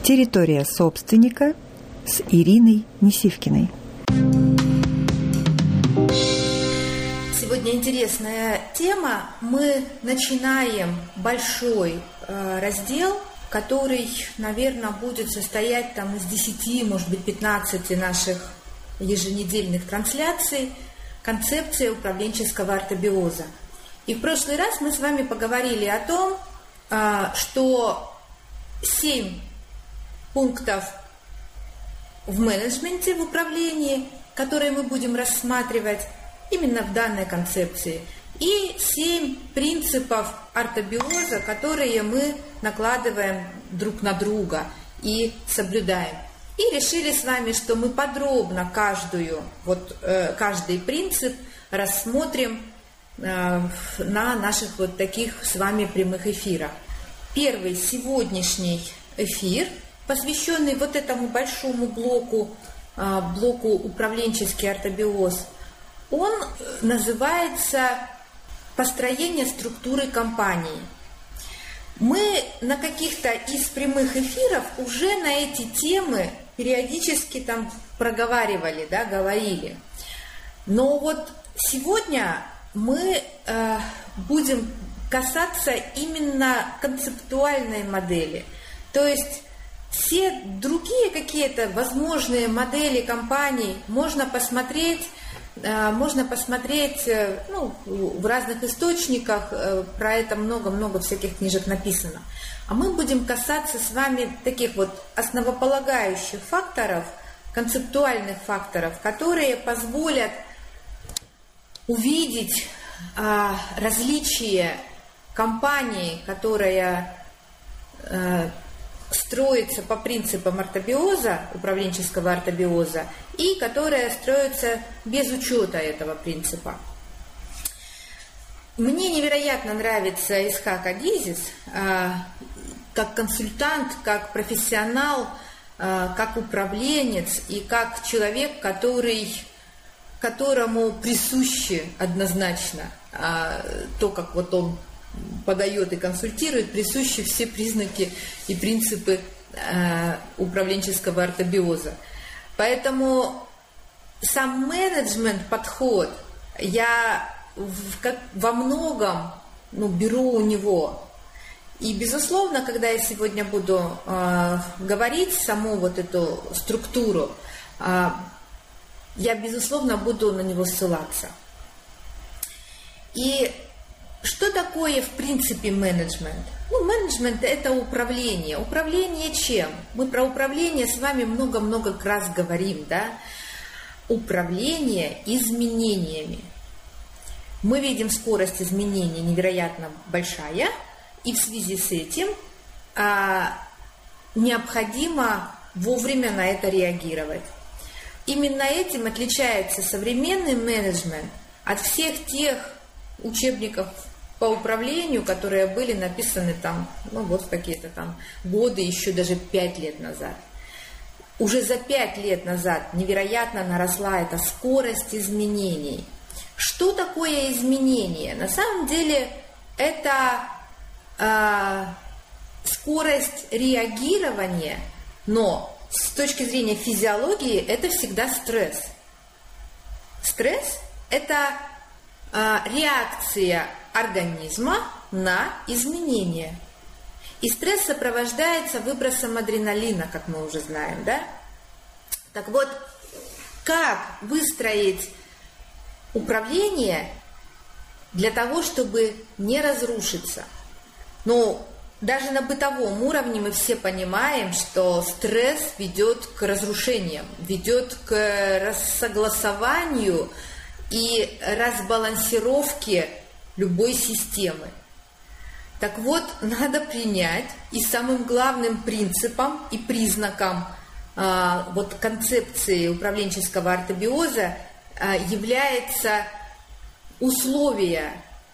Территория собственника с Ириной Несивкиной. Сегодня интересная тема. Мы начинаем большой раздел, который, наверное, будет состоять из 10, может быть, 15 наших еженедельных трансляций. Концепция управленческого ортобиоза. И в прошлый раз мы с вами поговорили о том, что 7 пунктов в менеджменте, в управлении, которые мы будем рассматривать именно в данной концепции, и 7 принципов ортобиоза, которые мы накладываем друг на друга и соблюдаем. И решили с вами, что мы подробно каждый принцип рассмотрим на наших таких с вами прямых эфирах. Первый сегодняшний эфир, посвященный этому большому блоку управленческий ортобиоз, он называется «Построение структуры компании». Мы на каких-то из прямых эфиров уже на эти темы периодически проговаривали, говорили. Но сегодня мы будем касаться именно концептуальной модели. То есть все другие какие-то возможные модели компаний можно посмотреть в разных источниках, про это много-много всяких книжек написано. А мы будем касаться с вами таких основополагающих факторов, концептуальных факторов, которые позволят увидеть различие компании, которая строится по принципам ортобиоза, управленческого ортобиоза, и которая строится без учета этого принципа. Мне невероятно нравится Исхак Адизис как консультант, как профессионал, как управленец и как человек, которому присуще однозначно то, как он подает и консультирует, присущи все признаки и принципы управленческого ортобиоза. Поэтому сам менеджмент-подход я во многом беру у него. И, безусловно, когда я сегодня буду говорить саму эту структуру, я, безусловно, буду на него ссылаться. И что такое, в принципе, менеджмент? Менеджмент – это управление. Управление чем? Мы про управление с вами много-много раз говорим, Управление изменениями. Мы видим скорость изменений невероятно большая, и в связи с этим необходимо вовремя на это реагировать. Именно этим отличается современный менеджмент от всех тех учебников по управлению, которые были написаны в какие-то годы, еще даже 5 лет назад. Уже за 5 лет назад невероятно наросла эта скорость изменений. Что такое изменение? На самом деле это скорость реагирования, но с точки зрения физиологии это всегда стресс. Стресс – это реакция организма на изменения. И стресс сопровождается выбросом адреналина, как мы уже знаем, Так вот, как выстроить управление для того, чтобы не разрушиться? Даже на бытовом уровне мы все понимаем, что стресс ведет к разрушениям, ведет к рассогласованию и разбалансировке любой системы. Так вот, надо принять, и самым главным принципом и признаком концепции управленческого ортобиоза является условия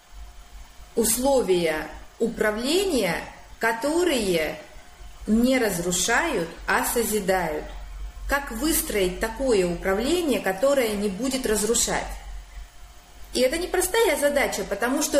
управления, которые не разрушают, а созидают. Как выстроить такое управление, которое не будет разрушать? И это непростая задача, потому что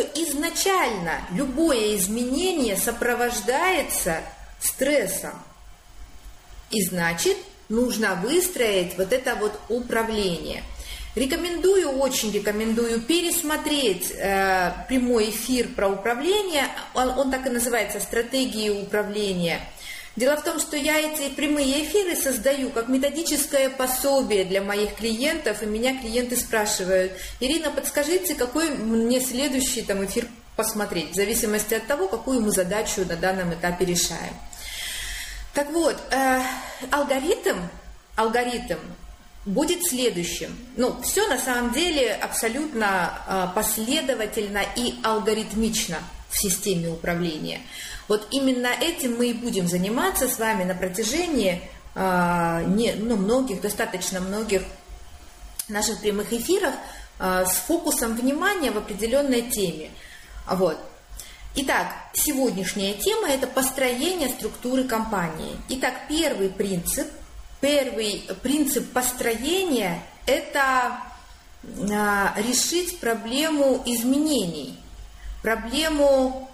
изначально любое изменение сопровождается стрессом. И значит, нужно выстроить вот это вот управление. Очень рекомендую пересмотреть прямой эфир про управление. Он так и называется «Стратегии управления». Дело в том, что я эти прямые эфиры создаю как методическое пособие для моих клиентов, и меня клиенты спрашивают: Ирина, подскажите, какой мне следующий эфир посмотреть, в зависимости от того, какую мы задачу на данном этапе решаем. Так вот, алгоритм будет следующим. Все на самом деле абсолютно последовательно и алгоритмично в системе управления. Вот именно этим мы и будем заниматься с вами на протяжении достаточно многих наших прямых эфиров с фокусом внимания в определенной теме. Вот. Итак, сегодняшняя тема – это построение структуры компании. Итак, первый принцип построения – это решить проблему изменений, проблему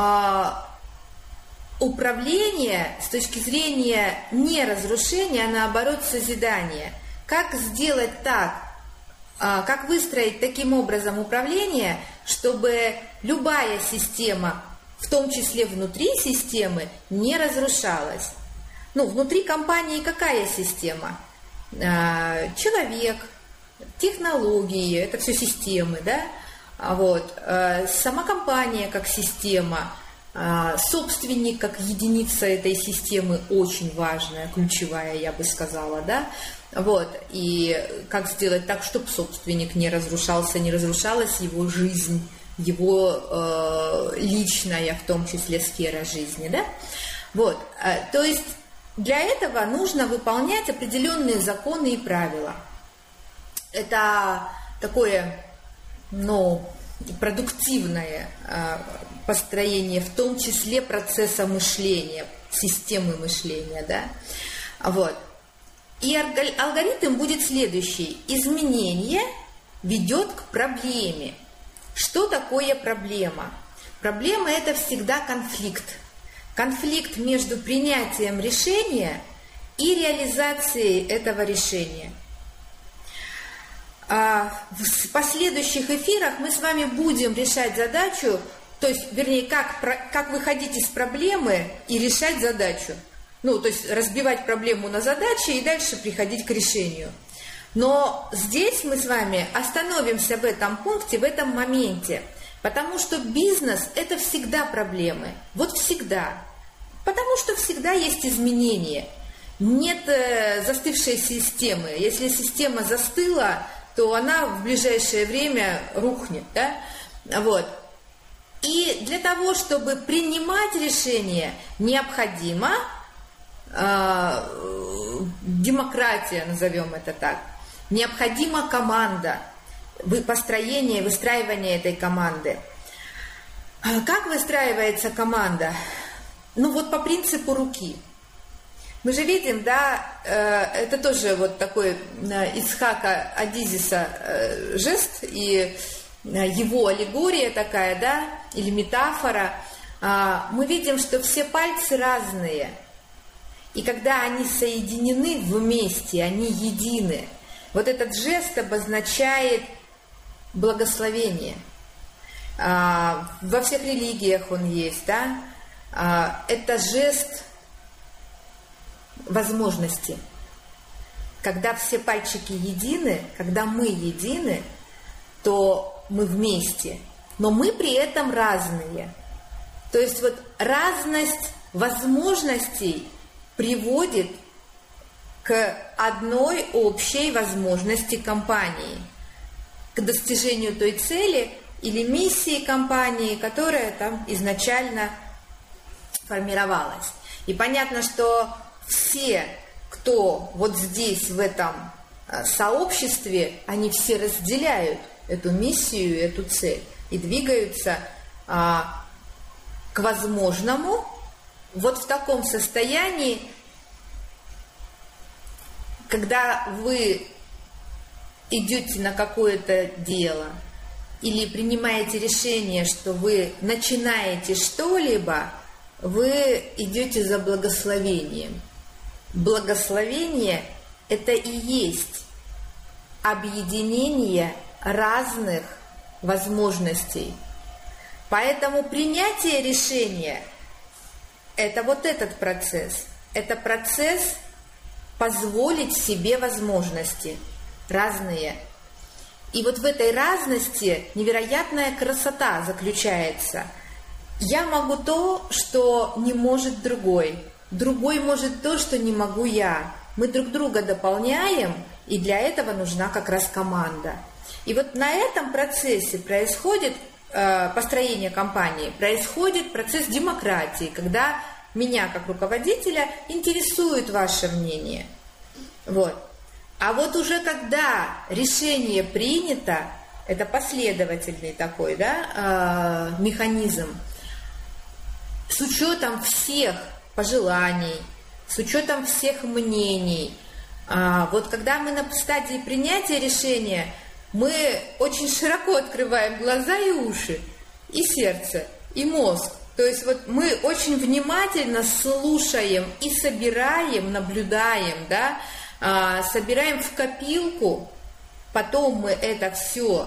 управления с точки зрения не разрушения, а наоборот созидания. Как сделать так, как выстроить таким образом управление, чтобы любая система, в том числе внутри системы, не разрушалась. Внутри компании какая система? Человек, технологии, это все системы, да? Сама компания как система, собственник как единица этой системы очень важная, ключевая, я бы сказала, да? И как сделать так, чтобы собственник не разрушался, не разрушалась его жизнь, его личная, в том числе, сфера жизни, да? То есть для этого нужно выполнять определенные законы и правила. Это такое, продуктивное построение, в том числе процесса мышления, системы мышления, да? И алгоритм будет следующий. Изменение ведет к проблеме. Что такое проблема? Проблема – это всегда конфликт. Конфликт между принятием решения и реализацией этого решения. В последующих эфирах мы с вами будем решать задачу, как выходить из проблемы и решать задачу. То есть разбивать проблему на задачи и дальше приходить к решению. Но здесь мы с вами остановимся в этом пункте, в этом моменте, потому что бизнес – это всегда проблемы. Всегда. Потому что всегда есть изменения. Нет застывшей системы. Если система застыла, то она в ближайшее время рухнет. Да? И для того, чтобы принимать решения, необходима демократия, назовем это так. Необходима команда, выстраивание этой команды. Как выстраивается команда? По принципу руки. Мы же видим, да, это тоже такой Ицхака Адизиса жест и его аллегория такая, да, или метафора. Мы видим, что все пальцы разные. И когда они соединены вместе, они едины. Этот жест обозначает благословение. Во всех религиях он есть, да? Это жест возможности. Когда все пальчики едины, когда мы едины, то мы вместе. Но мы при этом разные. То есть разность возможностей приводит к одной общей возможности компании, к достижению той цели или миссии компании, которая там изначально формировалась. И понятно, что все, кто здесь, в этом сообществе, они все разделяют эту миссию, эту цель и двигаются к возможному в таком состоянии, когда вы идете на какое-то дело или принимаете решение, что вы начинаете что-либо, вы идете за благословением. Благословение – это и есть объединение разных возможностей. Поэтому принятие решения – это вот этот процесс. Это процесс позволить себе возможности разные. И вот в этой разности невероятная красота заключается. Я могу то, что не может другой. Другой может то, что не могу я. Мы друг друга дополняем, и для этого нужна как раз команда. И вот на этом процессе происходит построение компании, происходит процесс демократии, когда меня как руководителя интересует ваше мнение. Вот. А вот уже когда решение принято, это последовательный такой, да, механизм, с учетом всех пожеланий, с учетом всех мнений. Вот когда мы на стадии принятия решения, мы очень широко открываем глаза и уши, и сердце, и мозг. То есть вот мы очень внимательно слушаем и собираем, наблюдаем, да, собираем в копилку, потом мы это все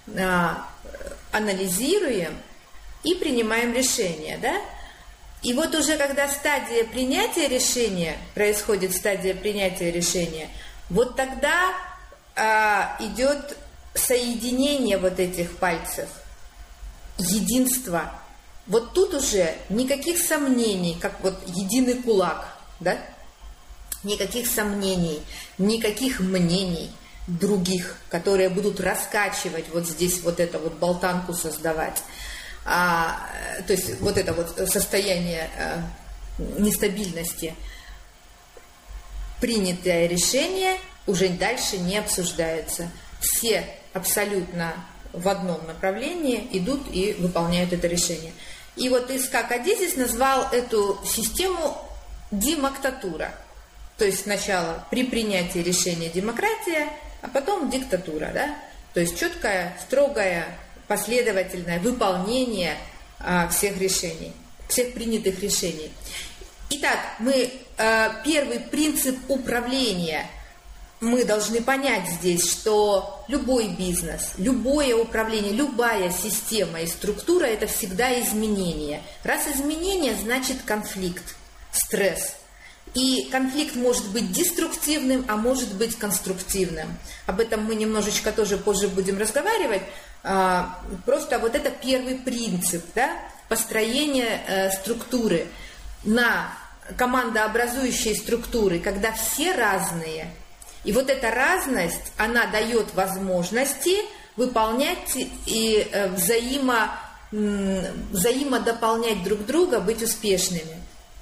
анализируем и принимаем решение, да. И вот уже когда стадия принятия решения, происходит стадия принятия решения, вот тогда идет соединение вот этих пальцев, единство. Вот тут уже никаких сомнений, как вот единый кулак, да? Никаких сомнений, никаких мнений других, которые будут раскачивать вот здесь вот эту вот болтанку создавать. То есть вот это вот состояние нестабильности. Принятое решение уже дальше не обсуждается. Все абсолютно в одном направлении идут и выполняют это решение. И вот Ицхак Адизис назвал эту систему демоктатура. То есть сначала при принятии решения демократия, а потом диктатура, да? То есть четкое, строгое, последовательное выполнение всех решений, всех принятых решений. Итак, мы первый принцип управления мы должны понять здесь, что любой бизнес, любое управление, любая система и структура – это всегда изменение. Раз изменение, значит конфликт, стресс. И конфликт может быть деструктивным, а может быть конструктивным. Об этом мы немножечко тоже позже будем разговаривать. Просто вот это первый принцип, да, построения структуры на командообразующей структуры, когда все разные. И вот эта разность, она дает возможности выполнять и взаимодополнять друг друга, быть успешными.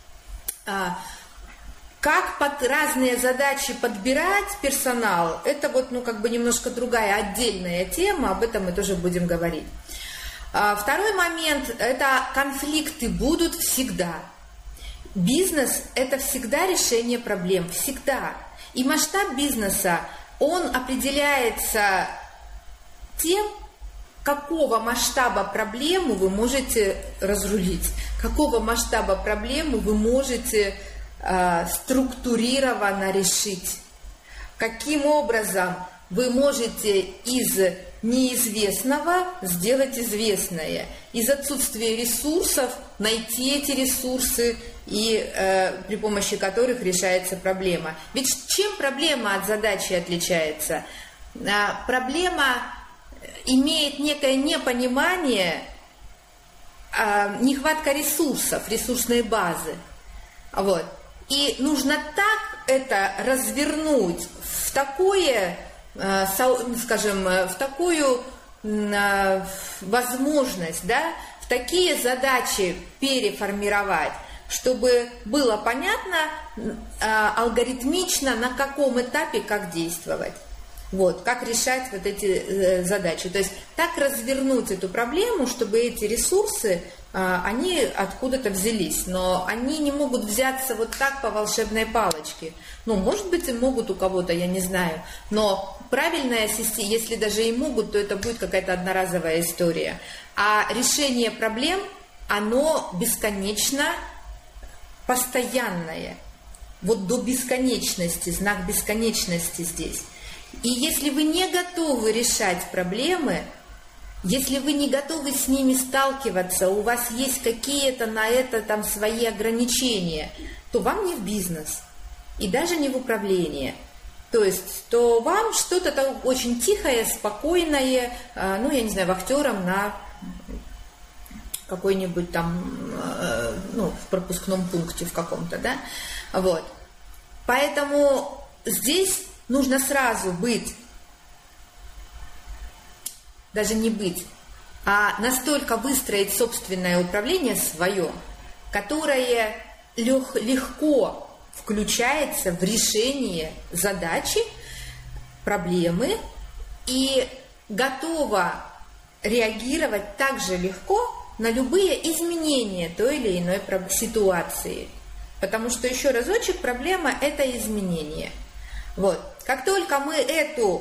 Как под разные задачи подбирать персонал, это вот, немножко другая отдельная тема, об этом мы тоже будем говорить. Второй момент, это конфликты будут всегда. Бизнес – это всегда решение проблем, всегда. И масштаб бизнеса, он определяется тем, какого масштаба проблему вы можете разрулить, какого масштаба проблему вы можете структурированно решить. Каким образом вы можете из неизвестного сделать известное, из отсутствия ресурсов найти эти ресурсы, и при помощи которых решается проблема. Ведь чем проблема от задачи отличается? Проблема имеет некое непонимание, нехватка ресурсов, ресурсной базы. Вот. И нужно так это развернуть в такое, в такую возможность, да, в такие задачи переформировать, чтобы было понятно алгоритмично, на каком этапе как действовать. Вот, как решать вот эти задачи. То есть так развернуть эту проблему, чтобы эти ресурсы, они откуда-то взялись. Но они не могут взяться вот так по волшебной палочке. Может быть, и могут у кого-то, я не знаю. Но правильная система, если даже и могут, то это будет какая-то одноразовая история. А решение проблем, оно бесконечно постоянное. вот до бесконечности, знак бесконечности здесь. И если вы не готовы решать проблемы, если вы не готовы с ними сталкиваться, у вас есть какие-то на это там свои ограничения, то вам не в бизнес и даже не в управление. То есть, то вам что-то там очень тихое, спокойное, ну, я не знаю, вахтером на какой-нибудь там, ну, в пропускном пункте в каком-то, да, вот. Поэтому здесь нужно сразу быть, даже не быть, а настолько выстроить собственное управление свое, которое легко включается в решение задачи, проблемы и готово реагировать также легко на любые изменения той или иной ситуации. Потому что, еще разочек, проблема – это изменение. Вот. Как только мы это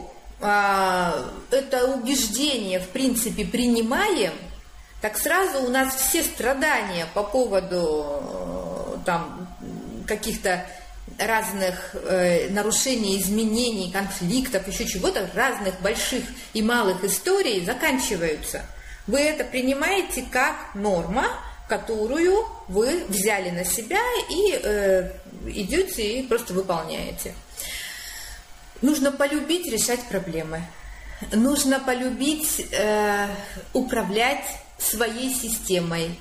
убеждение, в принципе, принимаем, так сразу у нас все страдания по поводу там каких-то разных нарушений, изменений, конфликтов, еще чего-то, разных больших и малых историй заканчиваются. Вы это принимаете как норма, которую вы взяли на себя и идете и просто выполняете. Нужно полюбить решать проблемы. Нужно полюбить управлять своей системой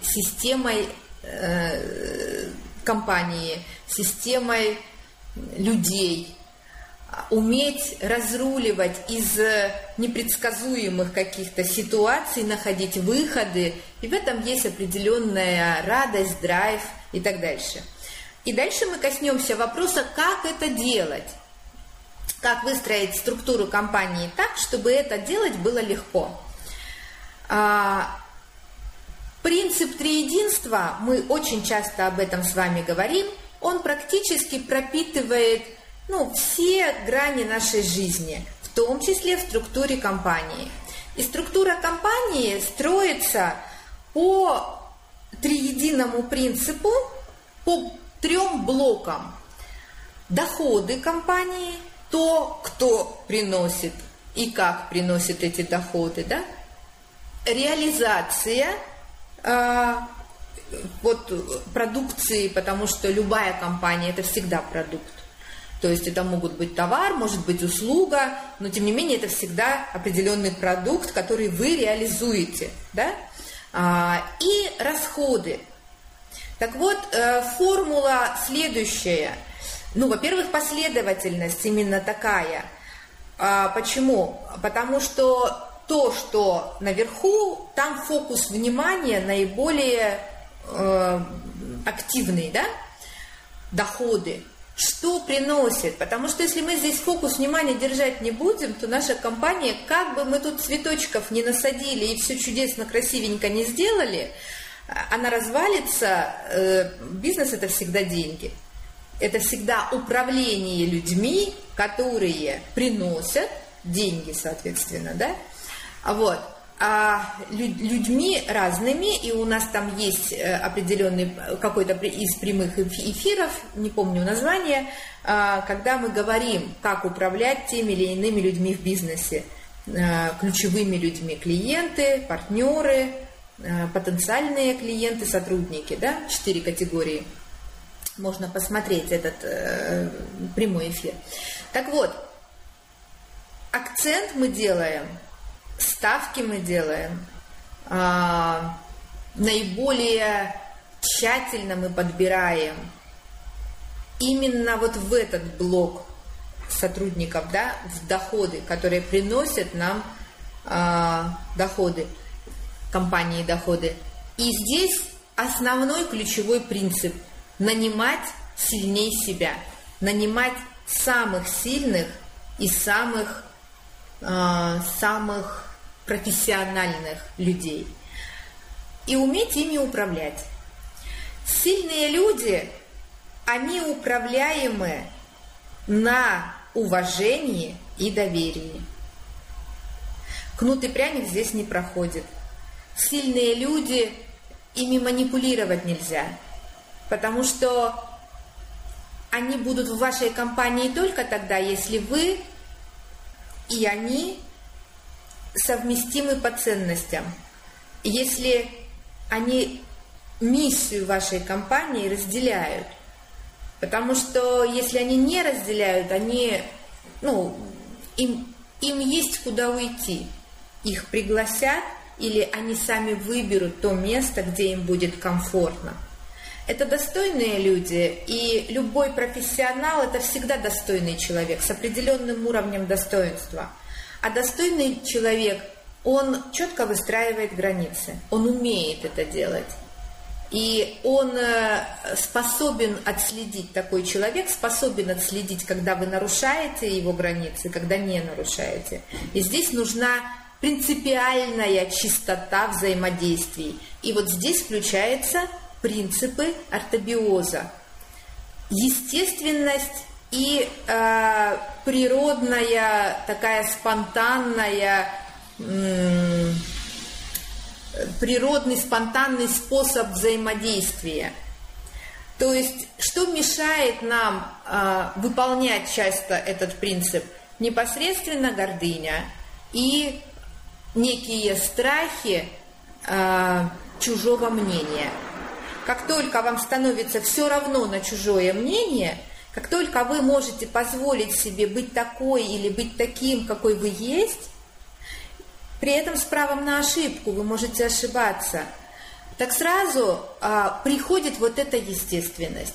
компании, системой людей, уметь разруливать из непредсказуемых каких-то ситуаций, находить выходы, и в этом есть определенная радость, драйв и так дальше. И дальше мы коснемся вопроса, как это делать, как выстроить структуру компании так, чтобы это делать было легко. Принцип триединства, мы очень часто об этом с вами говорим, он практически пропитывает все грани нашей жизни, в том числе в структуре компании. И структура компании строится по триединому принципу, по 3 блокам. Доходы компании, то, кто приносит и как приносит эти доходы, да? Реализация продукции, потому что любая компания – это всегда продукт. То есть это могут быть товар, может быть услуга, но тем не менее это всегда определенный продукт, который вы реализуете, да? И расходы. Так вот, формула следующая. Во-первых, последовательность именно такая. Почему? Потому что то, что наверху, там фокус внимания наиболее активный, да? Доходы. Что приносит? Потому что если мы здесь фокус внимания держать не будем, то наша компания, как бы мы тут цветочков не насадили и все чудесно, красивенько не сделали, она развалится. Бизнес – это всегда деньги. Это всегда управление людьми, которые приносят деньги, соответственно, да? Людьми разными, и у нас там есть определенный какой-то из прямых эфиров, не помню название, когда мы говорим, как управлять теми или иными людьми в бизнесе, ключевыми людьми, клиенты, партнеры, потенциальные клиенты, сотрудники, да, 4 категории. Можно посмотреть этот прямой эфир. Так вот, акцент мы делаем, ставки мы делаем, наиболее тщательно мы подбираем именно вот в этот блок сотрудников, да, в доходы, которые приносят нам доходы, компании доходы. И здесь основной ключевой принцип – нанимать сильнее себя, нанимать самых сильных и самых профессиональных людей и уметь ими управлять. Сильные люди, они управляемы на уважении и доверии. Кнут и пряник здесь не проходит. Сильные люди, ими манипулировать нельзя, потому что они будут в вашей компании только тогда, если вы и они совместимы по ценностям. Если они миссию вашей компании разделяют. Потому что если они не разделяют, они, им есть куда уйти. Их пригласят или они сами выберут то место, где им будет комфортно. Это достойные люди, и любой профессионал – это всегда достойный человек с определенным уровнем достоинства. А достойный человек, он четко выстраивает границы, он умеет это делать. И он способен отследить, такой человек способен отследить, когда вы нарушаете его границы, когда не нарушаете. И здесь нужна принципиальная чистота взаимодействий. И вот здесь включаются принципы ортобиоза. Естественность и природная, такая спонтанная, природный, спонтанный способ взаимодействия. То есть, что мешает нам выполнять часто этот принцип? Непосредственно гордыня и некие страхи чужого мнения. Как только вам становится все равно на чужое мнение, как только вы можете позволить себе быть такой или быть таким, какой вы есть, при этом с правом на ошибку, вы можете ошибаться, так сразу приходит вот эта естественность.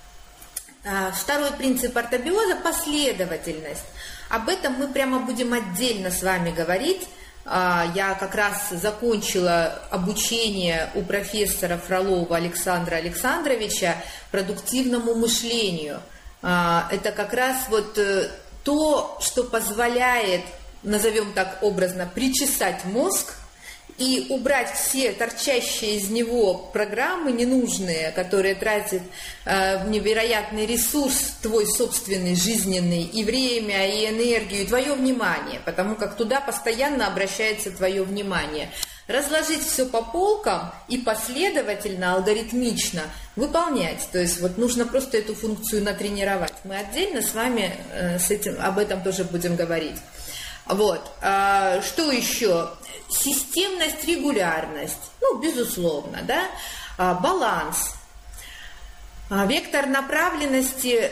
Второй принцип ортобиоза – последовательность. Об этом мы прямо будем отдельно с вами говорить. Я как раз закончила обучение у профессора Фролова Александра Александровича продуктивному мышлению. Это как раз вот то, что позволяет, назовем так образно, причесать мозг и убрать все торчащие из него программы ненужные, которые тратят невероятный ресурс, твой собственный жизненный, и время, и энергию, и твое внимание, потому как туда постоянно обращается твое внимание. Разложить все по полкам и последовательно, алгоритмично выполнять. То есть вот нужно просто эту функцию натренировать. Мы отдельно с вами об этом тоже будем говорить. Вот. Что еще? Системность, регулярность. Безусловно, да? Баланс. Вектор направленности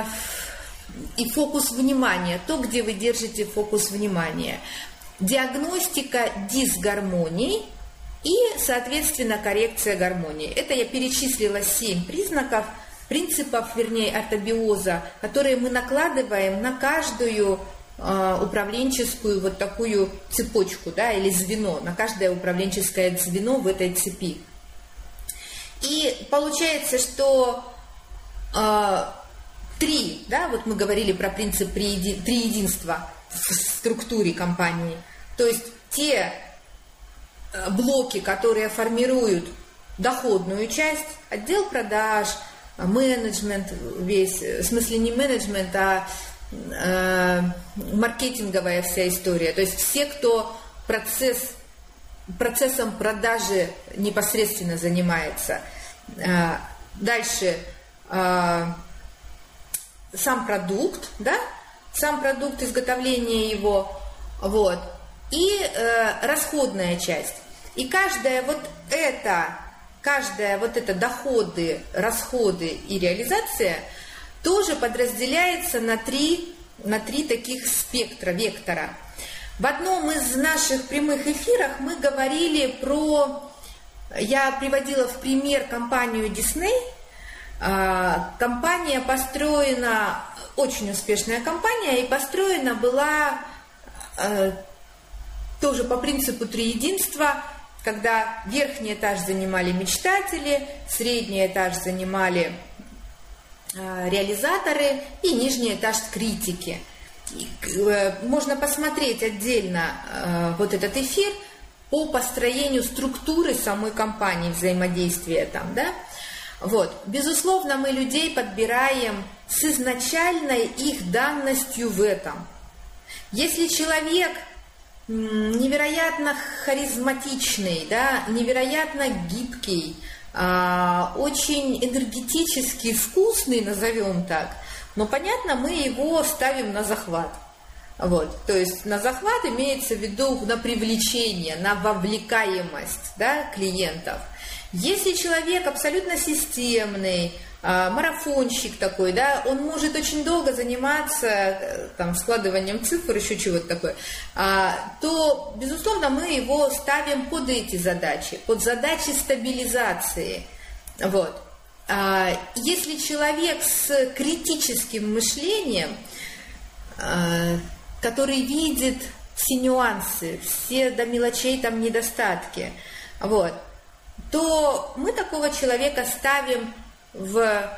и фокус внимания. То, где вы держите фокус внимания. Диагностика дисгармоний и, соответственно, коррекция гармонии. Это я перечислила 7 принципов ортобиоза, которые мы накладываем на каждую управленческую вот такую цепочку, да, или звено, на каждое управленческое звено в этой цепи. И получается, что 3, да, вот мы говорили про принцип триединства в структуре компании, то есть те блоки, которые формируют доходную часть, отдел продаж, менеджмент весь, в смысле не менеджмент, а маркетинговая вся история, то есть все, кто процессом продажи непосредственно занимается. Дальше сам продукт, да, сам продукт, изготовление его, вот, и расходная часть. И каждая вот эта доходы, расходы и реализация тоже подразделяется на три таких спектра, вектора. В одном из наших прямых эфиров мы говорили я приводила в пример компанию Disney. Компания построена, очень успешная компания, и построена была тоже по принципу триединства, когда верхний этаж занимали мечтатели, средний этаж занимали реализаторы и нижний этаж критики. Можно посмотреть отдельно вот этот эфир по построению структуры самой компании, взаимодействия там, да. Вот. Безусловно, мы людей подбираем с изначальной их данностью в этом. Если человек невероятно харизматичный, да, невероятно гибкий, очень энергетически вкусный, назовем так, но, понятно, мы его ставим на захват. Вот, то есть на захват имеется в виду на привлечение, на вовлекаемость, да, клиентов. Если человек абсолютно системный, марафонщик такой, да, он может очень долго заниматься там, складыванием цифр, еще чего-то такое, то, безусловно, мы его ставим под эти задачи, под задачи стабилизации. Вот. Если человек с критическим мышлением, который видит все нюансы, все до мелочей там недостатки, вот, то мы такого человека ставим в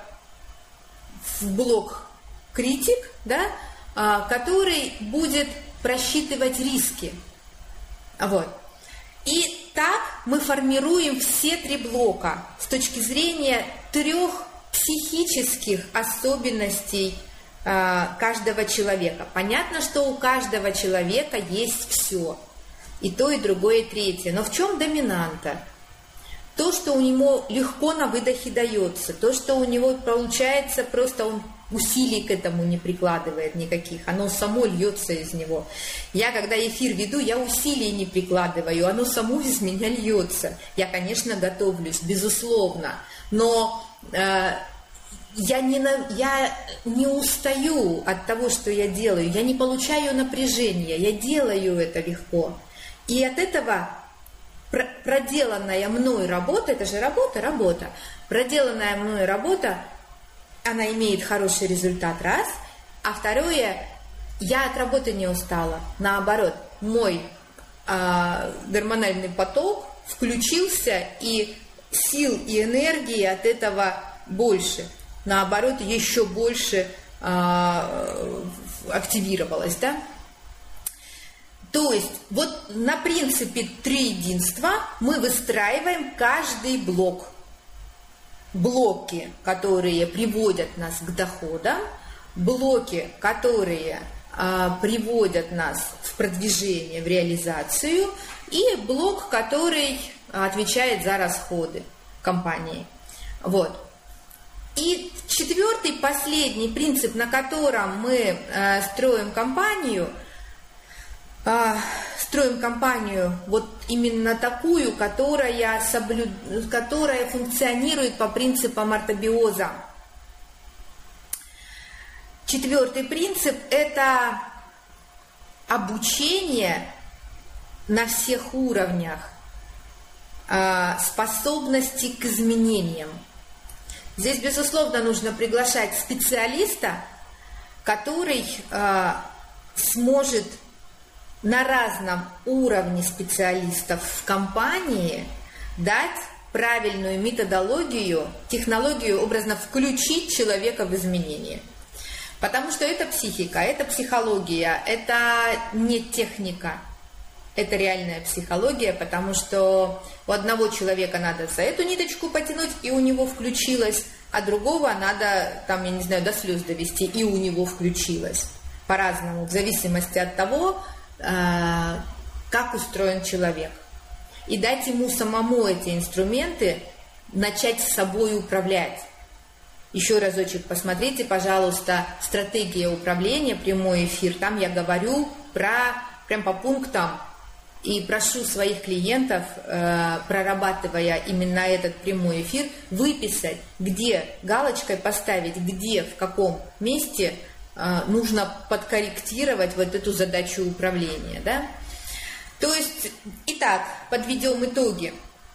блок критик, да, который будет просчитывать риски. Вот. И так мы формируем все три блока с точки зрения 3 психических особенностей каждого человека. Понятно, что у каждого человека есть все. И то, и другое, и третье. Но в чем доминанта? То, что у него легко на выдохе дается, то, что у него получается, просто он усилий к этому не прикладывает никаких, оно само льется из него. Я, когда эфир веду, я усилий не прикладываю, оно само из меня льется. Я, конечно, готовлюсь, безусловно, но я не устаю от того, что я делаю, я не получаю напряжения, я делаю это легко. И от этого проделанная мной работа, это же работа, проделанная мной работа, она имеет хороший результат, раз, а второе, я от работы не устала, наоборот, мой гормональный поток включился, и сил и энергии от этого больше, наоборот, еще больше активировалось, да? То есть вот на принципе триединства мы выстраиваем каждый блок. Блоки, которые приводят нас к доходам, блоки, которые приводят нас в продвижение, в реализацию, и блок, который отвечает за расходы компании. Вот. И 4-й, последний принцип, на котором мы строим компанию вот именно такую, которая функционирует по принципам ортобиоза. 4-й принцип – это обучение на всех уровнях, способности к изменениям. Здесь, безусловно, нужно приглашать специалиста, который сможет на разном уровне специалистов в компании дать правильную методологию, технологию, образно включить человека в изменения. Потому что это психика, это психология, это не техника, это реальная психология, потому что у одного человека надо за эту ниточку потянуть, и у него включилось, а другого надо, там, я не знаю, до слез довести, и у него включилось. По-разному, в зависимости от того, как устроен человек. И дать ему самому эти инструменты, начать с собой управлять. Еще разочек посмотрите, пожалуйста, стратегия управления, прямой эфир. Там я говорю прям по пунктам и прошу своих клиентов, прорабатывая именно этот прямой эфир, выписать, где галочкой поставить, где, в каком месте нужно подкорректировать вот эту задачу управления, да? То есть, итак, подведем итоги.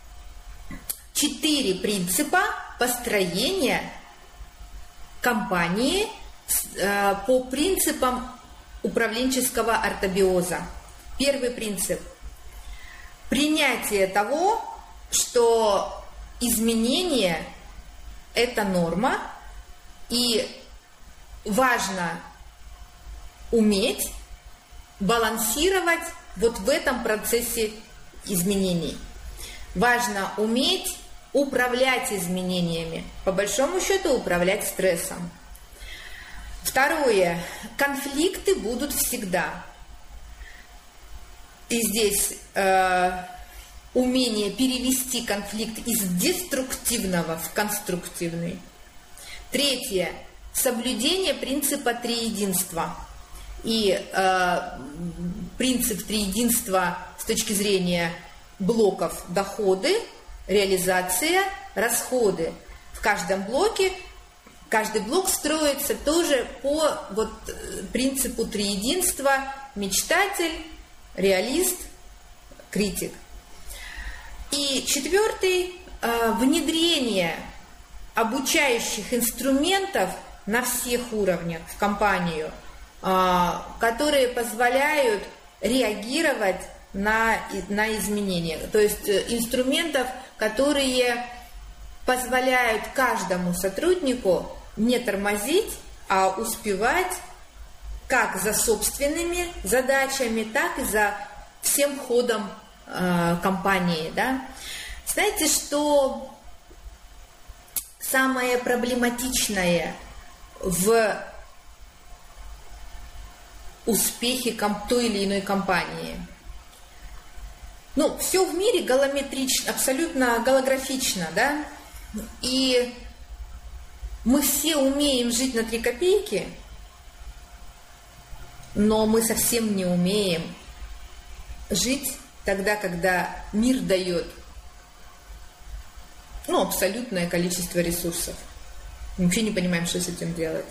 4 принципа построения компании по принципам управленческого ортобиоза. Первый принцип – принятие того, что изменение – это норма, и важно уметь балансировать вот в этом процессе изменений. Важно уметь управлять изменениями, по большому счету управлять стрессом. Второе. Конфликты будут всегда. И здесь умение перевести конфликт из деструктивного в конструктивный. Третье – соблюдение принципа триединства. И принцип триединства с точки зрения блоков: доходы, реализация, расходы. В каждом блоке, каждый блок строится тоже по вот принципу триединства: мечтатель, реалист, критик. И четвертый – внедрение обучающих инструментов на всех уровнях в компанию, которые позволяют реагировать на изменения. То есть инструментов, которые позволяют каждому сотруднику не тормозить, а успевать как за собственными задачами, так и за всем ходом компании. Да? Знаете, что самое проблематичное в успехе той или иной компании? Ну, все в мире галометрично, абсолютно голографично, да? И мы все умеем жить на 3 копейки, но мы совсем не умеем жить тогда, когда мир дает абсолютное количество ресурсов. Мы вообще не понимаем, что с этим делать.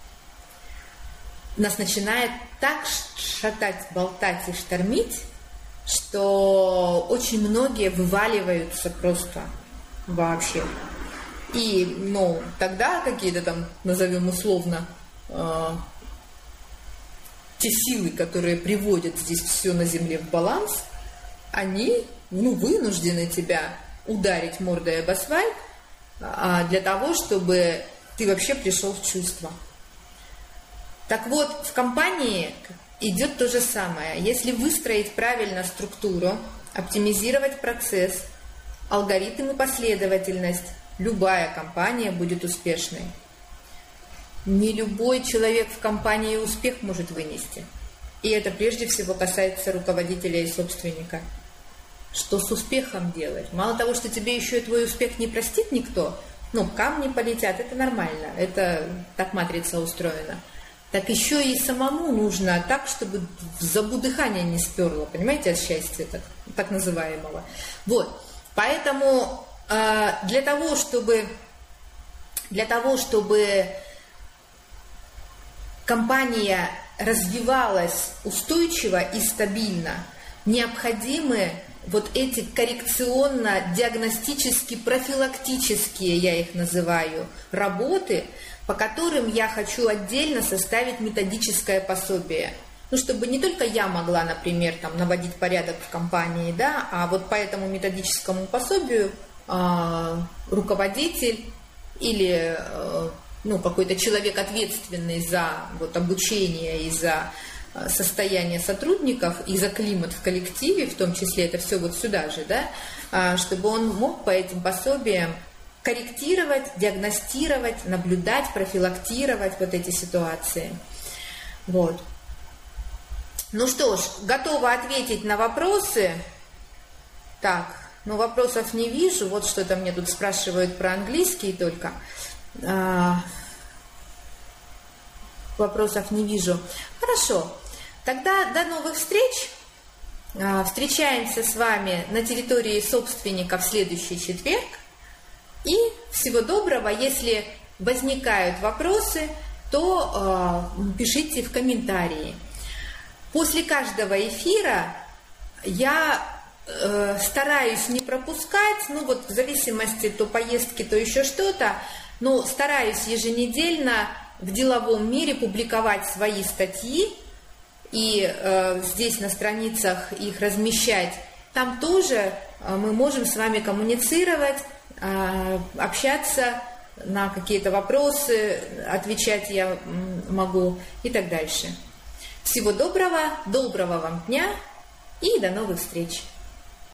Нас начинает так шатать, болтать и штормить, что очень многие вываливаются просто вообще. И, тогда какие-то там, назовем условно, те силы, которые приводят здесь все на земле в баланс, они, вынуждены тебя ударить мордой об асфальт для того, чтобы ты вообще пришел в чувство. Так вот, в компании идет то же самое. Если выстроить правильно структуру, оптимизировать процесс, алгоритм и последовательность, любая компания будет успешной. Не любой человек в компании успех может вынести. И это прежде всего касается руководителя и собственника. Что с успехом делать? Мало того, что тебе еще и твой успех не простит никто, камни полетят, это нормально, это так матрица устроена. Так еще и самому нужно так, чтобы забудыхание не сперло, понимаете, от счастья так называемого. Вот, поэтому для того, чтобы компания развивалась устойчиво и стабильно, необходимы вот эти коррекционно-диагностически-профилактические, я их называю, работы, по которым я хочу отдельно составить методическое пособие. Чтобы не только я могла, например, наводить порядок в компании, да, а вот по этому методическому пособию руководитель или какой-то человек, ответственный за обучение и за состояние сотрудников и за климат в коллективе, в том числе это все вот сюда же, да, чтобы он мог по этим пособиям корректировать, диагностировать, наблюдать, профилактировать вот эти ситуации. Вот. Ну что ж, готова ответить на вопросы. Так, вопросов не вижу. Вот что-то мне тут спрашивают про английский только. Вопросов не вижу. Хорошо. Тогда до новых встреч. Встречаемся с вами на территории собственника в следующий четверг. И всего доброго. Если возникают вопросы, то пишите в комментарии. После каждого эфира я стараюсь не пропускать, в зависимости то поездки, то еще что-то, но стараюсь еженедельно в деловом мире публиковать свои статьи и здесь на страницах их размещать. Там тоже мы можем с вами коммуницировать, общаться на какие-то вопросы, отвечать я могу и так дальше. Всего доброго, доброго вам дня и до новых встреч!